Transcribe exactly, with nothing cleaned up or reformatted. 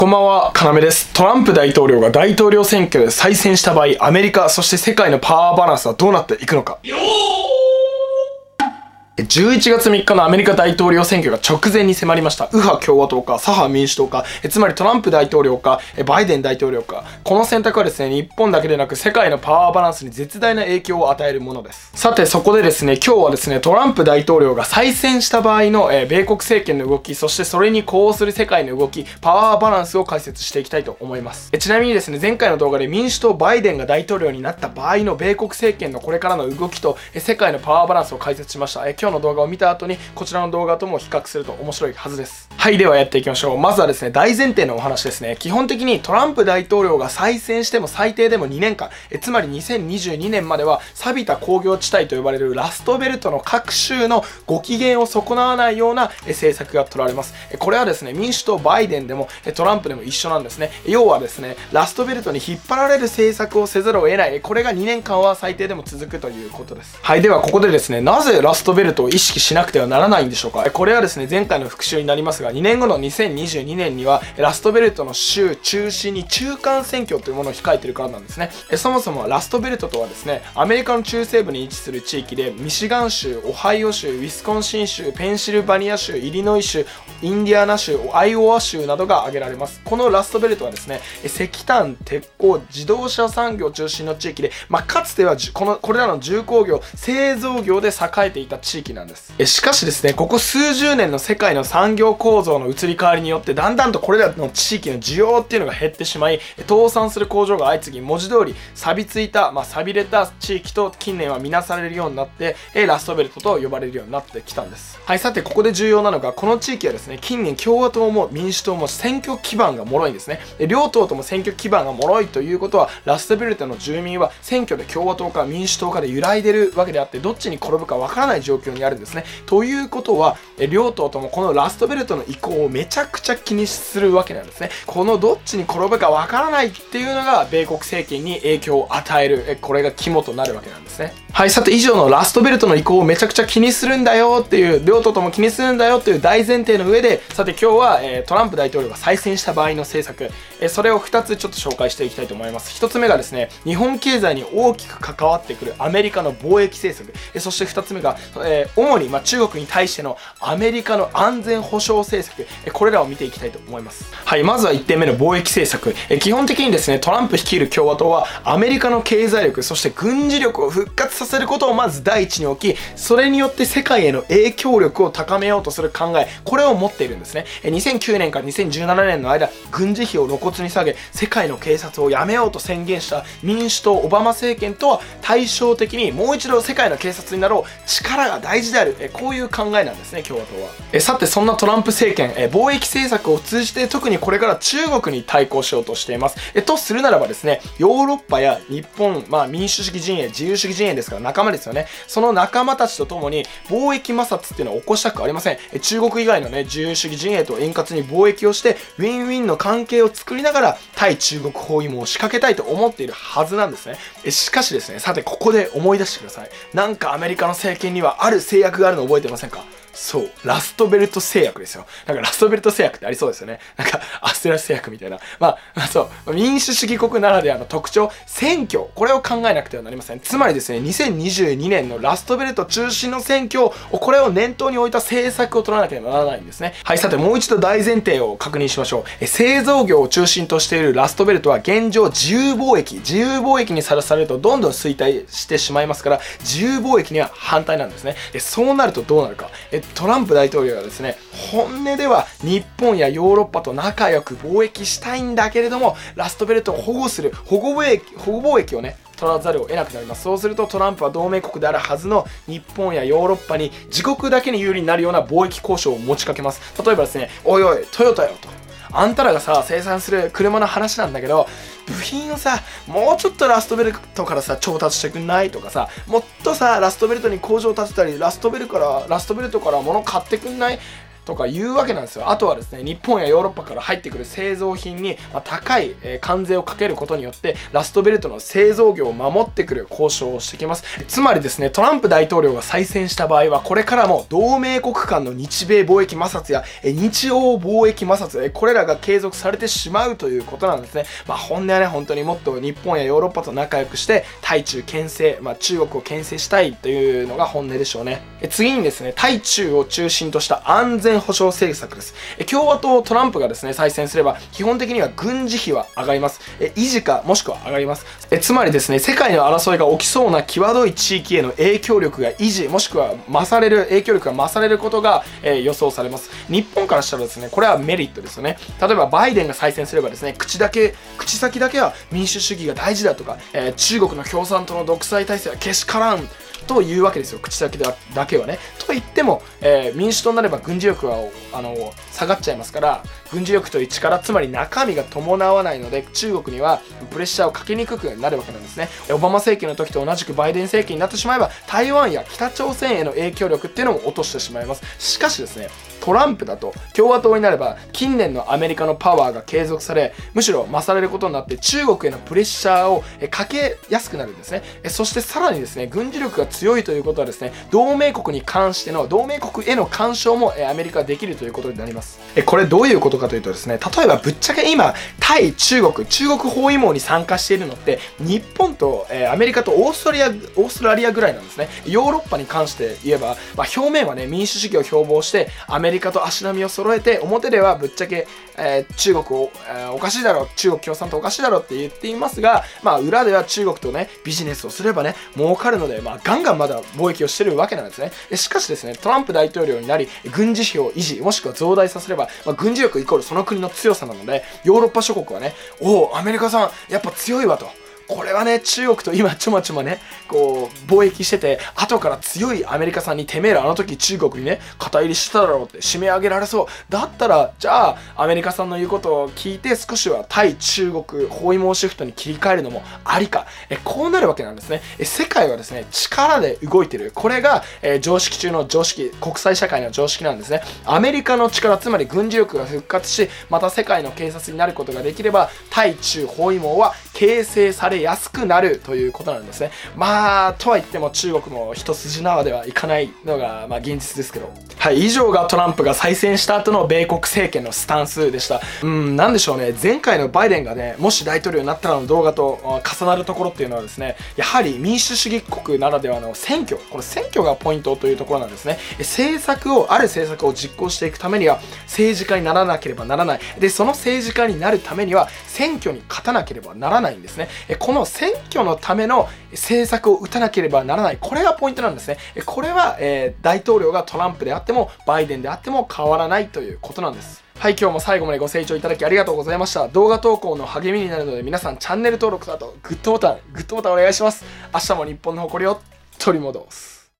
こんばんは、かなめです。トランプ大統領が大統領選挙で再選した場合、アメリカ、そして世界のパワーバランスはどうなっていくのか。じゅういちがつみっかのアメリカ大統領選挙が直前に迫りました。右派共和党か、左派民主党か、えつまりトランプ大統領か、えバイデン大統領か。この選択はですね、日本だけでなく世界のパワーバランスに絶大な影響を与えるものです。さて、そこでですね、今日はですね、トランプ大統領が再選した場合の、え米国政権の動き、そしてそれに呼応する世界の動き、パワーバランスを解説していきたいと思います。えちなみにですね、前回の動画で民主党バイデンが大統領になった場合の米国政権のこれからの動きと、え世界のパワーバランスを解説しました。え今日の動画を見た後にこちらの動画とも比較すると面白いはずです。はい、ではやっていきましょう。まずはですね、大前提のお話ですね。基本的にトランプ大統領が再選しても最低でもにねんかん、えつまりにせんにじゅうにねんまでは錆びた工業地帯と呼ばれるラストベルトの各州のご機嫌を損なわないような政策が取られます。これはですね、民主党バイデンでもトランプでも一緒なんですね。要はですね、ラストベルトに引っ張られる政策をせざるを得ない、これがにねんかんは最低でも続くということです。はい、ではここでですね、なぜラストベルトを意識しなくてはならないんでしょうか。これはですね、前回の復習になりますが、にねんごのにせんにじゅうにねんにはラストベルトの州中心に中間選挙というものを控えているからなんですね。そもそもラストベルトとはですね、アメリカの中西部に位置する地域でミシガン州、オハイオ州、ウィスコンシン州、ペンシルバニア州、イリノイ州、インディアナ州、アイオワ州などが挙げられます。このラストベルトはですね、石炭、鉄鋼、自動車産業中心の地域で、まあ、かつてはこのこれらの重工業、製造業で栄えていた地域なんです。しかしですね、ここ数十年の世界の産業構造の移り変わりによってだんだんとこれらの地域の需要っていうのが減ってしまい、倒産する工場が相次ぎ、文字通り錆びついた、まあ、錆びれた地域と近年は見なされるようになって、ラストベルトと呼ばれるようになってきたんです。はい、さてここで重要なのが、この地域はですね、近年共和党も民主党も選挙基盤が脆いんですね。両党とも選挙基盤が脆いということは、ラストベルトの住民は選挙で共和党か民主党かで揺らいでるわけであって、どっちに転ぶかわからない状況にあるんですね。ということは、両党ともこのラストベルトの移行をめちゃくちゃ気にするわけなんですね。このどっちに転ぶかわからないっていうのが米国政権に影響を与える、これが肝となるわけなんですね。はい、さて以上のラストベルトの移行をめちゃくちゃ気にするんだよっていう、両党とも気にするんだよっていう大前提の上で、さて今日は、えー、トランプ大統領が再選した場合の政策、えー、それをふたつちょっと紹介していきたいと思います。ひとつめがですね、日本経済に大きく関わってくるアメリカの貿易政策、えー、そしてふたつめが、えー、主に、まあ、中国に対してのアメリカの安全保障政策、えー、これらを見ていきたいと思います。はい、まずはいってんめの貿易政策、えー、基本的にですね、トランプ率いる共和党はアメリカの経済力、そして軍事力を復活させることをまず第一に置き、それによって世界への影響力を高めようとする考え、これを持っているんですね。にせんきゅうねんからにせんじゅうななねんの間、軍事費を露骨に下げ、世界の警察をやめようと宣言した民主党オバマ政権とは対照的に、もう一度世界の警察になろう、力が大事である、こういう考えなんですね、共和党は。えさてそんなトランプ政権、え貿易政策を通じて特にこれから中国に対抗しようとしています。えとするならばですね、ヨーロッパや日本、まあ民主主義陣営、自由主義陣営ですから仲間ですよね。その仲間たちと共に貿易摩擦っていうのは起こしたくありません。え中国以外のね、自由主義陣営と円滑に貿易をしてウィンウィンの関係を作りながら対中国包囲網を仕掛けたいと思っているはずなんですね。えしかしですね、さてここで思い出してください。なんかアメリカの政権にはある制約があるの覚えてませんか？そう、ラストベルト製薬ですよ。なんかラストベルト製薬ってありそうですよね。なんかアステラス製薬みたいな。まあ、まあ、そう、民主主義国ならではの特徴、選挙、これを考えなくてはなりません。つまりですね、にせんにじゅうにねんのラストベルト中心の選挙を、これを念頭に置いた政策を取らなければならないんですね。はい、さてもう一度大前提を確認しましょう。え製造業を中心としているラストベルトは現状自由貿易、自由貿易にさらされるとどんどん衰退してしまいますから、自由貿易には反対なんですね。でそうなるとどうなるか。えトランプ大統領はですね、本音では日本やヨーロッパと仲良く貿易したいんだけれども、ラストベルトを保護する保護貿易、保護貿易をね、取らざるを得なくなります。そうするとトランプは同盟国であるはずの日本やヨーロッパに自国だけに有利になるような貿易交渉を持ちかけます。例えばですね、おいおいトヨタよと、あんたらがさ生産する車の話なんだけど、部品をさもうちょっとラストベルトからさ調達してくんないとかさ、もっとさラストベルトに工場を建てたり、ラストベルからラストベルトから物買ってくんない、 とかいうわけなんですよ。あとはですね、日本やヨーロッパから入ってくる製造品に、まあ、高い、えー、関税をかけることによってラストベルトの製造業を守ってくる交渉をしてきます。つまりですね、トランプ大統領が再選した場合はこれからも同盟国間の日米貿易摩擦や、えー、日欧貿易摩擦、えー、これらが継続されてしまうということなんですね。まあ本音はね、本当にもっと日本やヨーロッパと仲良くして対中牽制、まあ中国を牽制したいというのが本音でしょうね。え次にですね、対中を中心とした安全保障政策です。え共和党トランプがですね、再選すれば基本的には軍事費は上がります。え維持かもしくは上がります。えつまりですね、世界の争いが起きそうな際どい地域への影響力が維持もしくは増される、影響力が増されることが、えー、予想されます。日本からしたらですね、これはメリットですよね。例えばバイデンが再選すればですね、口だけ口先だけは民主主義が大事だとか、えー、中国の共産党の独裁体制はけしからんというわけですよ。口先だだけはね。と言っても、えー、民主党になれば軍事力はあの下がっちゃいますから、軍事力という力、つまり中身が伴わないので、中国にはプレッシャーをかけにくくなるわけなんですね。オバマ政権の時と同じくバイデン政権になってしまえば、台湾や北朝鮮への影響力っていうのも落としてしまいます。しかしですね、トランプだと共和党になれば近年のアメリカのパワーが継続され、むしろ増されることになって中国へのプレッシャーをかけやすくなるんですね。そしてさらにですね、軍事力が強いということはですね、同盟国に関しての同盟国への干渉もアメリカはできるということになります。これどういうことかというとですね、例えばぶっちゃけ今対中国中国包囲網に参加しているのって日本とアメリカとオーストラリアオーストラリアぐらいなんですね。ヨーロッパに関して言えば、まあ、表面はね民主主義を標榜してアメリカと足並みを揃えて、表ではぶっちゃけ、えー、中国を、えー、おかしいだろう、中国共産党おかしいだろうって言っていますが、まあ裏では中国とねビジネスをすればね儲かるので、まあガンガンまだ貿易をしてるわけなんですね。しかしですね、トランプ大統領になり軍事費を維持もしくは増大させれば、まあ、軍事力イコールその国の強さなので、ヨーロッパ諸国はね、おおアメリカさんやっぱ強いわと。これはね、中国と今ちょまちょまね、こう、貿易してて、後から強いアメリカさんにてめえらあの時中国にね、肩入りしてただろうって締め上げられそう。だったら、じゃあ、アメリカさんの言うことを聞いて、少しは対中国包囲網シフトに切り替えるのもありか。え、こうなるわけなんですね。え、世界はですね、力で動いてる。これが、えー、常識中の常識、国際社会の常識なんですね。アメリカの力、つまり軍事力が復活し、また世界の警察になることができれば、対中包囲網は形成され安くなるということなんですね。まあとは言っても中国も一筋縄ではいかないのがまあ現実ですけど、はい、以上がトランプが再選した後の米国政権のスタンスでした。うんなんでしょうね、前回のバイデンがねもし大統領になったらの動画と重なるところっていうのはですね、やはり民主主義国ならではの選挙、この選挙がポイントというところなんですね。政策をある政策を実行していくためには政治家にならなければならない。でその政治家になるためには選挙に勝たなければならないんですね。この選挙のための政策を打たなければならない、これがポイントなんですね。これは、えー、大統領がトランプであってもバイデンであっても変わらないということなんです。はい、今日も最後までご清聴いただきありがとうございました。動画投稿の励みになるので皆さんチャンネル登録とあとグッドボタングッドボタンお願いします。明日も日本の誇りを取り戻す。